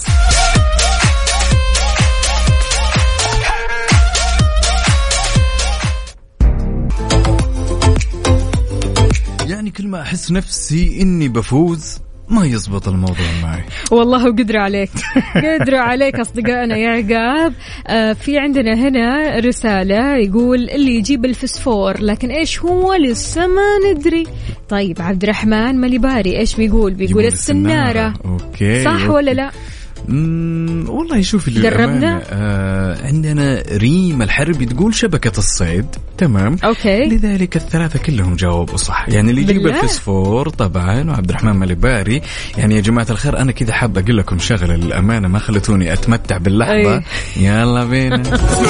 يعني كل ما أحس نفسي إني بفوز ما يزبط الموضوع معي. والله قدروا عليك قدروا عليك أصدقائنا يا عقاب. آه في عندنا هنا رسالة يقول اللي يجيب الفسفور، لكن إيش هو لسه ما ندري. طيب عبد الرحمن مليباري إيش بيقول؟ بيقول السنارة. أوكي. صح أوكي. ولا لا؟ مم والله شوف اللي دربنا. آه عندنا ريم الحرب تقول شبكة الصيد. تمام. أوكي. لذلك الثلاثة كلهم جاوبوا صح. يعني اللي يجيب الفسفور طبعا وعبد الرحمن مليباري. يعني يا جماعة الخير أنا كذا حاب أقول لكم شغلة للأمانة ما خلتوني أتمتع باللحظة. أي. يلا بينا.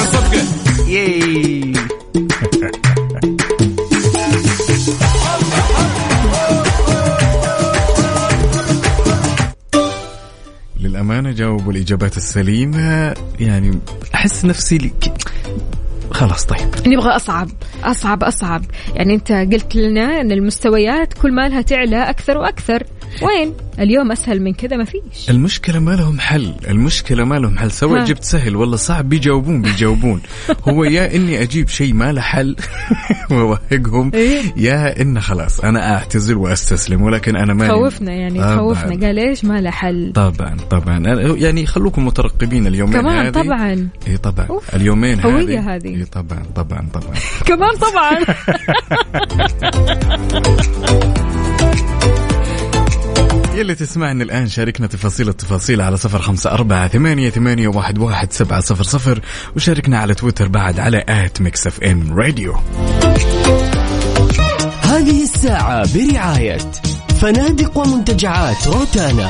ياي. للأمانة جاوبوا الإجابات السليمة. يعني أحس نفسي لك خلاص. طيب نبغى أصعب أصعب أصعب. يعني أنت قلت لنا أن المستويات كل ما لها تعلى أكثر وأكثر. وين اليوم أسهل من كذا ما فيش. المشكلة ما لهم حل، المشكلة ما لهم حل، سواء ها. جبت سهل ولا صعب بيجاوبون بيجاوبون هو يا إني أجيب شيء ما له حل ووهقهم، إيه؟ يا إن خلاص أنا أعتزل وأستسلم. ولكن أنا ما خوفنا يعني طبعاً. خوفنا قال إيش ما له حل. طبعا طبعا يعني خلوكم مترقبين اليومين كمان هذه. طبعا إيه طبعا أوف. اليومين هوية هذه هذه. إيه طبعا طبعا طبعا كمان طبعا. يلي تسمعني الآن شاركنا تفاصيل التفاصيل على صفر خمسة أربعة ثمانية ثمانية واحد واحد سبعة صفر صفر، وشاركنا على تويتر بعد على آت ميكس اف ام راديو. هذه الساعة برعاية فنادق ومنتجعات روتانا.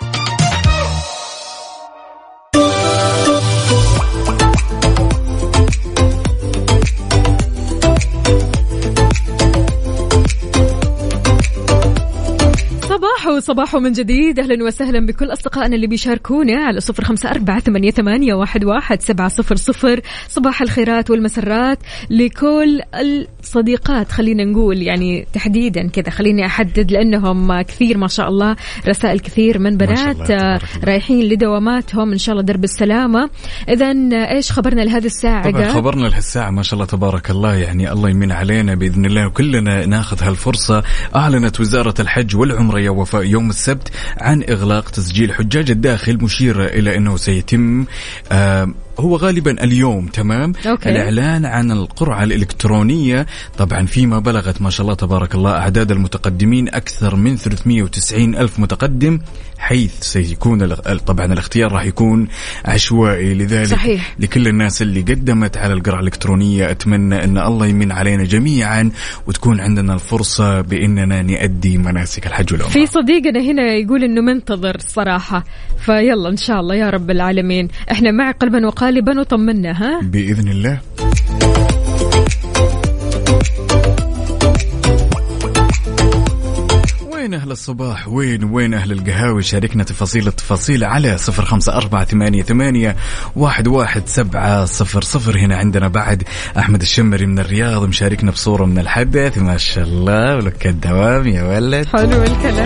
صباحو صباحو من جديد، أهلا وسهلا بكل أصدقائنا اللي بيشاركونا على صفر خمسة أربعة ثمانية ثمانية واحد واحد سبعة صفر صفر. صباح الخيرات والمسرات لكل الصديقات، خلينا نقول يعني تحديدا كذا، خليني أحدد لأنهم كثير ما شاء الله، رسائل كثير من بنات رايحين لدواماتهم إن شاء الله درب السلامة. إذن إيش خبرنا لهذه الساعة؟ طبعا خبرنا لهالساعة ما شاء الله تبارك الله، يعني الله يمن علينا بإذن الله وكلنا ناخذ هالفرصة. أعلنت وزارة الحج والعمرة يا وفاء يوم السبت عن إغلاق تسجيل حجاج الداخل، مشيرة إلى أنه سيتم آه هو غالبا اليوم. تمام. أوكي. الإعلان عن القرعة الإلكترونية طبعا فيما بلغت ما شاء الله تبارك الله أعداد المتقدمين أكثر من ثلاثمائة وتسعين ألف متقدم، حيث سيكون طبعا الاختيار راح يكون عشوائي. لذلك صحيح. لكل الناس اللي قدمت على القرعة الإلكترونية أتمنى أن الله يمن علينا جميعا وتكون عندنا الفرصة بأننا نؤدي مناسك الحج والعمرة. في صديقنا هنا يقول إنه منتظر الصراحة، فيلا إن شاء الله يا رب العالمين احنا مع قلبا وقالبا وطمنا. ها بإذن الله. وين أهل الصباح، وين وين أهل القهاوي؟ شاركنا تفاصيل التفاصيل على صفر خمسة أربعة ثمانية ثمانية واحد واحد سبعة صفر صفر. هنا عندنا بعد أحمد الشمري من الرياض مشاركنا بصورة من الحدث، ما شاء الله ولك الدوام يا ولد. حلو الكلام.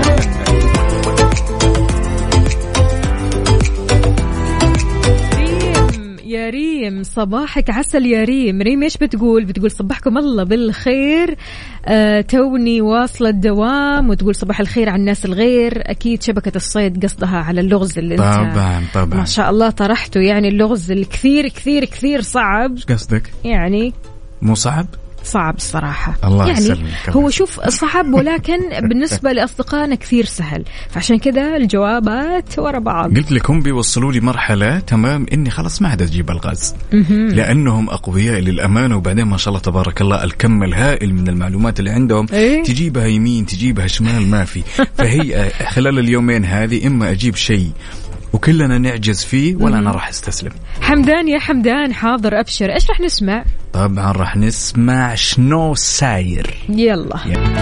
يا ريم صباحك عسل يا ريم. ريم ايش بتقول؟ بتقول صباحكم الله بالخير، آه توني واصلة الدوام، وتقول صباح الخير على الناس الغير. اكيد شبكة الصيد قصدها على اللغز اللي طبعا انت طبعا ما شاء الله طرحته، يعني اللغز الكثير كثير كثير صعب. ايش قصدك؟ يعني مو صعب؟ صعب الصراحة. الله يعني يسلمك. هو شوف صعب ولكن بالنسبة لأصدقائنا كثير سهل، فعشان كذا الجوابات ورا بعض. قلت لك هم بيوصلوا لي مرحلة تمام إني خلاص ما عاد أجيب الغاز لأنهم أقوياء للأمانة، وبعدين ما شاء الله تبارك الله الكم الهائل من المعلومات اللي عندهم إيه؟ تجيبها يمين تجيبها شمال ما في. فهي خلال اليومين هذه إما أجيب شيء وكلنا نعجز فيه ولا أنا راح استسلم. حمدان يا حمدان حاضر أبشر. إيش راح نسمع؟ طبعا راح نسمع شنو ساير. يلا, يلا.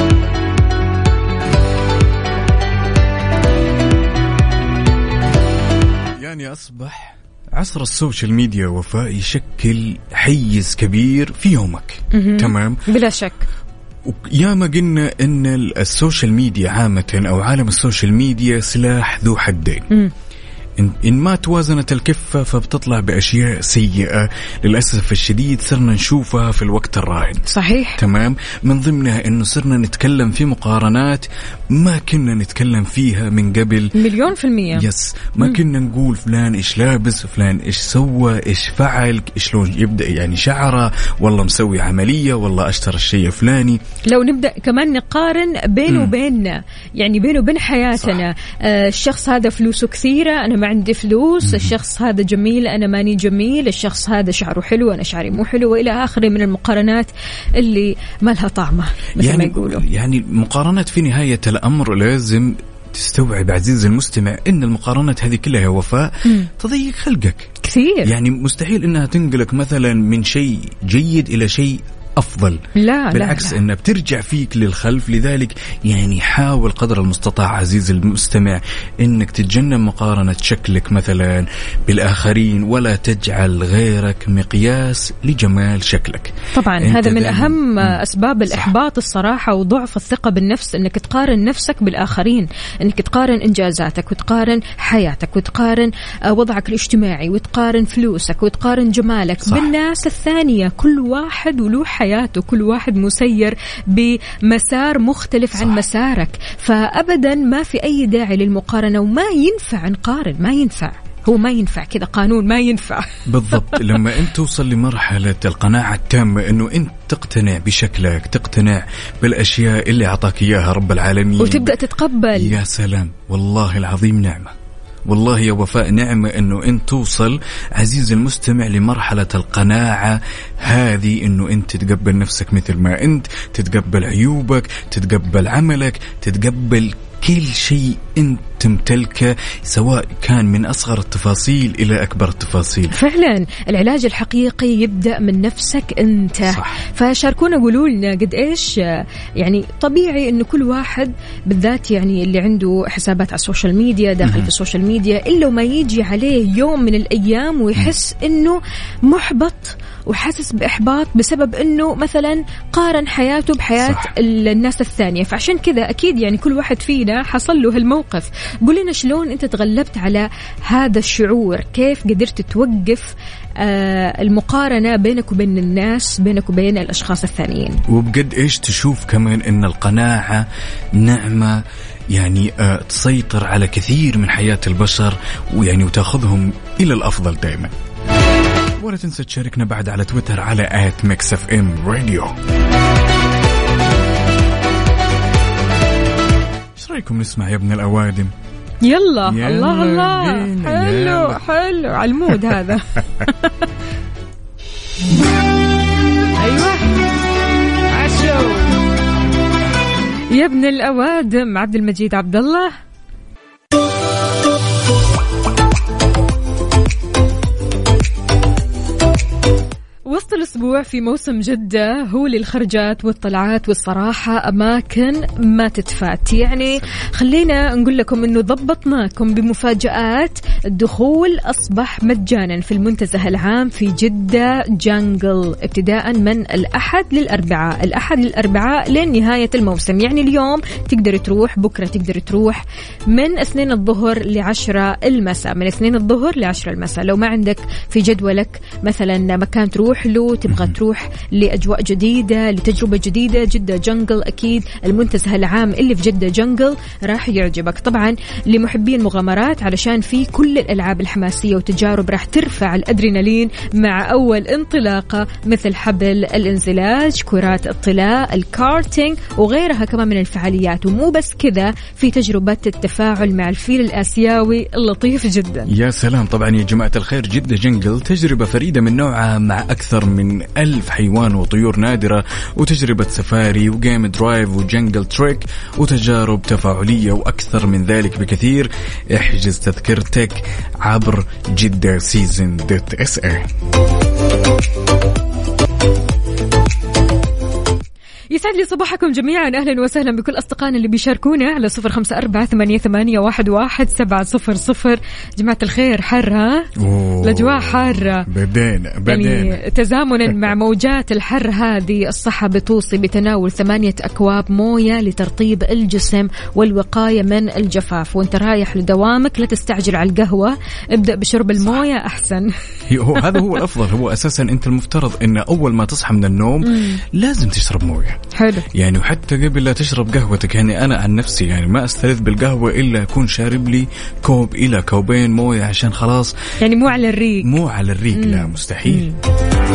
يعني أصبح عصر السوشيال ميديا وفاء يشكل حيز كبير في يومك. تمام بلا شك. يا ما قلنا إن السوشيال ميديا عامة أو عالم السوشيال ميديا سلاح ذو حدين. م. إن ما توازنت الكفة فبتطلع بأشياء سيئة للأسف الشديد صرنا نشوفها في الوقت الراهن. صحيح. تمام. من ضمنها إنه صرنا نتكلم في مقارنات ما كنا نتكلم فيها من قبل. مليون في المية. يس. ما م. كنا نقول فلان إيش لابس، فلان إيش سوى، إيش فعل، إيش لون يبدأ يعني شعره، والله مسوي عملية، والله أشترى الشيء فلاني. لو نبدأ كمان نقارن بينه وبيننا، يعني بينه وبين حياتنا. آه الشخص هذا فلوسه كثيرة أنا ما عندي فلوس، الشخص هذا جميل أنا ماني جميل، الشخص هذا شعره حلو أنا شعري مو حلو، وإلى آخره من المقارنات اللي ما لها طعمة مثل يعني ما يقولوا. يعني مقارنات في نهاية الأمر لازم تستوعب عزيزي المستمع إن المقارنات هذه كلها وفاء تضيق خلقك كثير. يعني مستحيل إنها تنقلك مثلا من شيء جيد إلى شيء أفضل. لا بالعكس لا لا. إنها بترجع فيك للخلف. لذلك يعني حاول قدر المستطاع عزيزي المستمع إنك تتجنب مقارنة شكلك مثلا بالآخرين، ولا تجعل غيرك مقياس لجمال شكلك. طبعا هذا من أهم مم. أسباب الإحباط الصراحة وضعف الثقة بالنفس، إنك تقارن نفسك بالآخرين، إنك تقارن إنجازاتك وتقارن حياتك وتقارن وضعك الاجتماعي وتقارن فلوسك وتقارن جمالك صح. بالناس الثانية. كل واحد وله حياته، كل واحد مسير بمسار مختلف صح. عن مسارك، فأبدا ما في أي داعي للمقارنة، وما ينفع نقارن، ما ينفع، هو ما ينفع كذا، قانون ما ينفع. بالضبط. لما أنت توصل لمرحلة القناعة التامة أنه أنت تقتنع بشكلك، تقتنع بالأشياء اللي أعطاك إياها رب العالمين، وتبدأ تتقبل. يا سلام، والله العظيم نعمة، والله يا وفاء نعمة أنه أنت توصل عزيز المستمع لمرحلة القناعة هذه، أنه أنت تتقبل نفسك مثل ما أنت، تتقبل عيوبك، تتقبل عملك، تتقبل كل شيء أنت تمتلكه، سواء كان من أصغر التفاصيل إلى أكبر التفاصيل. فعلا العلاج الحقيقي يبدأ من نفسك أنت. صح. فشاركونا قولوا لنا قد إيش يعني طبيعي أنه كل واحد بالذات يعني اللي عنده حسابات على السوشيال ميديا، داخل م- في السوشيال ميديا، إلا ما يجي عليه يوم من الأيام ويحس م- أنه محبط وحاسس بإحباط بسبب أنه مثلا قارن حياته بحياة صح. الناس الثانية. فعشان كذا أكيد يعني كل واحد فينا حصل له هالموقف. قول لنا شلون أنت تغلبت على هذا الشعور، كيف قدرت توقف آه المقارنة بينك وبين الناس، بينك وبين الأشخاص الثانيين، وبقد إيش تشوف كمان أن القناعة نعمة يعني آه تسيطر على كثير من حياة البشر، ويعني وتأخذهم إلى الأفضل دائما. ولا تنسى تشاركنا بعد على تويتر على آت ميكس اف ام راديو. ايش رايكم نسمع يا ابن الأوادم؟ يلا, يلا الله الله بينا. حلو يلا. حلو على المود هذا. أيوة عشو يا ابن الأوادم. عبد المجيد عبد الله. وسط الأسبوع في موسم جدة هو للخرجات والطلعات، والصراحة أماكن ما تتفات. يعني خلينا نقول لكم أنه ضبطناكم بمفاجآت. الدخول أصبح مجانا في المنتزه العام في جدة جانجل ابتداء من الأحد للأربعاء، الأحد للأربعاء لين نهاية الموسم. يعني اليوم تقدر تروح، بكرة تقدر تروح من اثنين الظهر لعشرة المساء، من اثنين الظهر لعشرة المساء. لو ما عندك في جدولك مثلا مكان تروح له، تبغى تروح لأجواء جديدة، لتجربة جديدة، جدة جنجل أكيد المنتزه العام اللي في جدة جنجل راح يعجبك. طبعا لمحبين المغامرات علشان في كل الألعاب الحماسية وتجارب راح ترفع الأدرينالين مع أول انطلاقة، مثل حبل الانزلاج، كرات الطلاء، الكارتينج وغيرها كمان من الفعاليات. ومو بس كذا، في تجربة التفاعل مع الفيل الآسيوي اللطيف جدا. يا سلام. طبعا يا جماعة الخير جدة جنجل تجربة فريدة من نوعها مع أكثر من ألف حيوان وطيور نادرة، وتجربة سفاري وجيم درايف وجنجل تريك وتجارب تفاعلية وأكثر من ذلك بكثير. احجز تذكرتك عبر جدة سيزن دوت اس اي. يسعد لي صباحكم جميعا، أهلا وسهلا بكل أصدقائنا اللي بيشاركونا على صفر خمسة أربعة ثمانية ثمانية واحد واحد سبعة صفر صفر. جماعة الخير حر، ها؟ الأجواء حارة، بدينا بدينا يعني تزامنا مع موجات الحر هذه. الصحة بتوصي بتناول ثمانية أكواب موية لترطيب الجسم والوقاية من الجفاف. وانت رايح لدوامك لا تستعجل على القهوة، ابدأ بشرب الموية أحسن. هو هذا هو الأفضل. هو أساسا أنت المفترض أن أول ما تصحى من النوم مم. لازم تشرب موية. حلو. يعني وحتى قبل لا تشرب قهوتك، يعني أنا عن نفسي يعني ما أستلذ بالقهوة إلا أكون شارب لي كوب إلى كوبين موية عشان خلاص. يعني مو على الريق، مو على الريق مم. لا مستحيل. مم.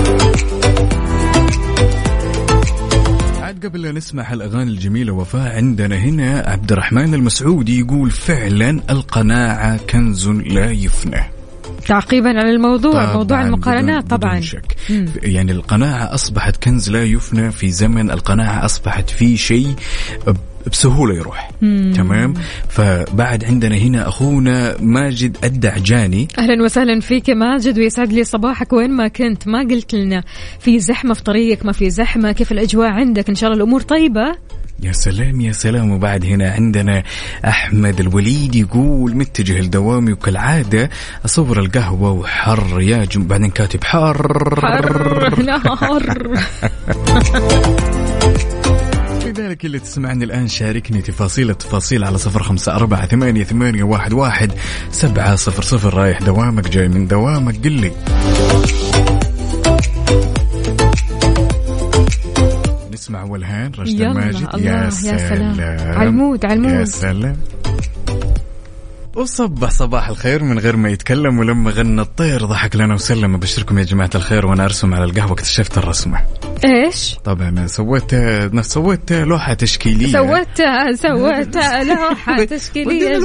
عاد قبل لا نسمع الأغاني الجميلة وفاء، عندنا هنا عبد الرحمن المسعودي يقول فعلا القناعة كنز لا يفنى. تعقيبا على الموضوع، موضوع المقارنات بدون طبعا بدون شك. يعني القناعة أصبحت كنز لا يفنى في زمن القناعة أصبحت في شيء بسهولة يروح. مم. تمام. فبعد عندنا هنا أخونا ماجد الدعجاني. أهلا وسهلا فيك ماجد ويسعد لي صباحك وين ما كنت. ما قلت لنا في زحمة في طريقك؟ ما في زحمة؟ كيف الأجواء عندك؟ إن شاء الله الأمور طيبة. يا سلام يا سلام. وبعد هنا عندنا أحمد الوليد يقول متجه لدوامي وكالعادة أصور القهوة وحر يا جم. بعدين كاتب حر حر نهار. لذلك اللي تسمعني الآن شاركني تفاصيل التفاصيل على صفر خمسة أربعة ثمانية ثمانية واحد واحد سبعة صفر صفر. رايح دوامك جاي من دوامك قل لي. نسمع والهان رشد الماجد. يا سلام علمود علمود. يا سلام. وصبح صباح الخير من غير ما يتكلم، ولما غنى الطير ضحك لنا وسلم. أبشركم يا جماعة الخير وأنا أرسم على القهوة اكتشفت الرسمة. إيش؟ طبعا سويت سويت لوحة تشكيلية. سويت سويت لوحة تشكيلية.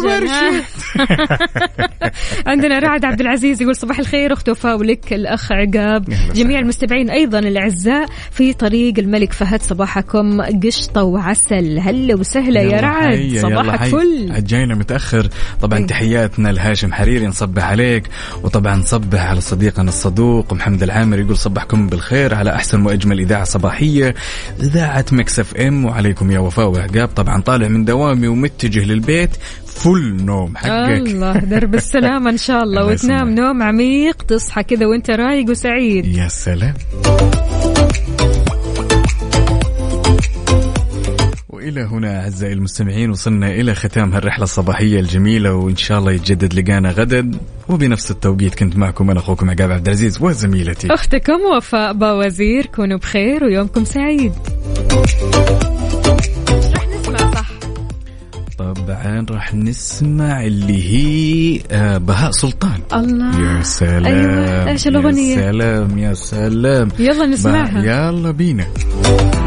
عندنا رعد عبد العزيز يقول صباح الخير أخت وفاء ولك الأخ عقاب، جميع المستمعين أيضا الأعزاء في طريق الملك فهد، صباحكم قشطة وعسل. هلا وسهلا يا رعد، صباحك فل. جاينا متأخر طبعا. تحياتنا لهاشم حريري نصبح عليك، وطبعا نصبح على صديقنا الصدوق محمد العامر يقول صبحكم بالخير على أحسن وأجمل إذاعة صباحية إذاعة ميكس اف ام. وعليكم يا وفاء وعقاب. طبعا طالع من دوامي ومتجه للبيت فل نوم حقك. الله درب السلامة إن شاء الله وتنام نوم عميق تصحى كذا وانت رايق وسعيد. يا سلام. وإلى هنا أعزائي المستمعين وصلنا إلى ختام هالرحلة الصباحية الجميلة، وإن شاء الله يتجدد لقانا غدا وبنفس التوقيت. كنت معكم أنا أخوكم عقاب عبد العزيز وزميلتي أختكم وفاء باوزير. كونوا بخير ويومكم سعيد. رح نسمع صح طبعا راح نسمع اللي هي بهاء سلطان. الله يا سلام. أيوة. إيش الأغنية؟ يا سلام يا سلام. يلا نسمعها. يلا بينا.